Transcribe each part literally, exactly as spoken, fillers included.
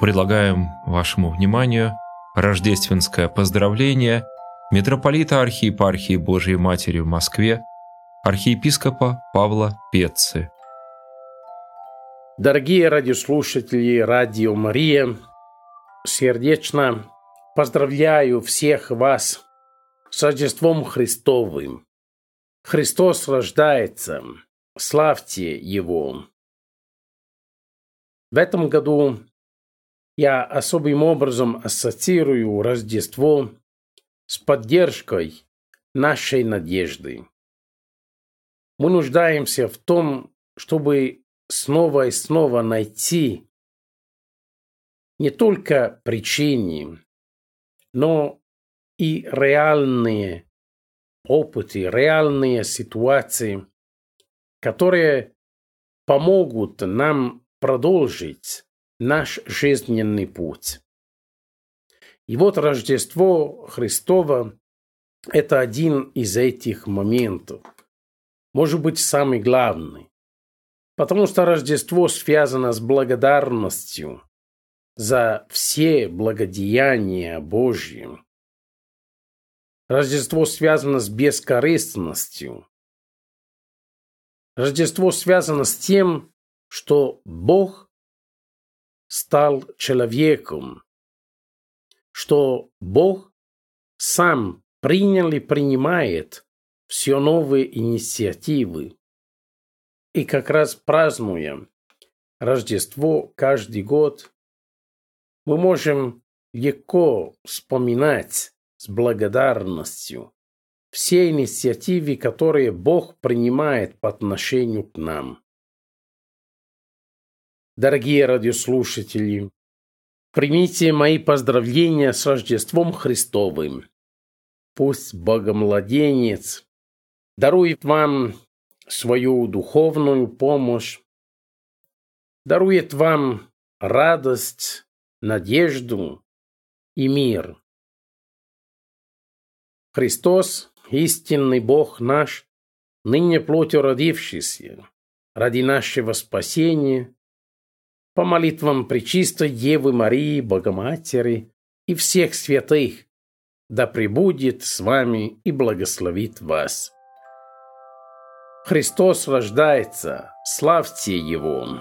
Предлагаем вашему вниманию рождественское поздравление митрополита архиепархии Божией Матери в Москве, архиепископа Павла Пеццы. Дорогие радиослушатели Радио Мария, сердечно поздравляю всех вас с Рождеством Христовым. Христос рождается, славьте Его. В этом году я особым образом ассоциирую Рождество с поддержкой нашей надежды. Мы нуждаемся в том, чтобы снова и снова найти не только причины, но и реальные опыты, реальные ситуации, которые помогут нам продолжить наш жизненный путь. И вот Рождество Христово – это один из этих моментов, может быть, самый главный, потому что Рождество связано с благодарностью за все благодеяния Божьи. Рождество связано с бескорыстностью. Рождество связано с тем, что Бог стал человеком, что Бог сам принял и принимает все новые инициативы. И как раз празднуя Рождество каждый год, мы можем легко вспоминать с благодарностью все инициативы, которые Бог принимает по отношению к нам. Дорогие радиослушатели, примите мои поздравления с Рождеством Христовым. Пусть Богомладенец дарует вам свою духовную помощь, дарует вам радость, надежду и мир. Христос, истинный Бог наш, ныне плотью родившийся, ради нашего спасения, по молитвам Пречистой Девы Марии, Богоматери и всех святых, да пребудет с вами и благословит вас. Христос рождается, славьте Его!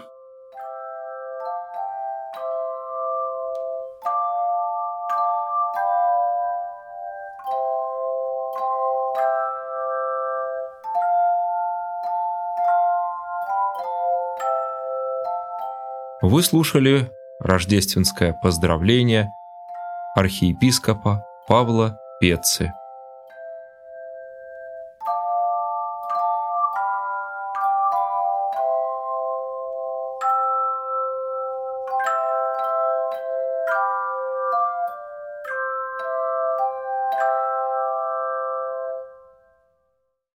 Вы слушали рождественское поздравление архиепископа Павла Пеццы.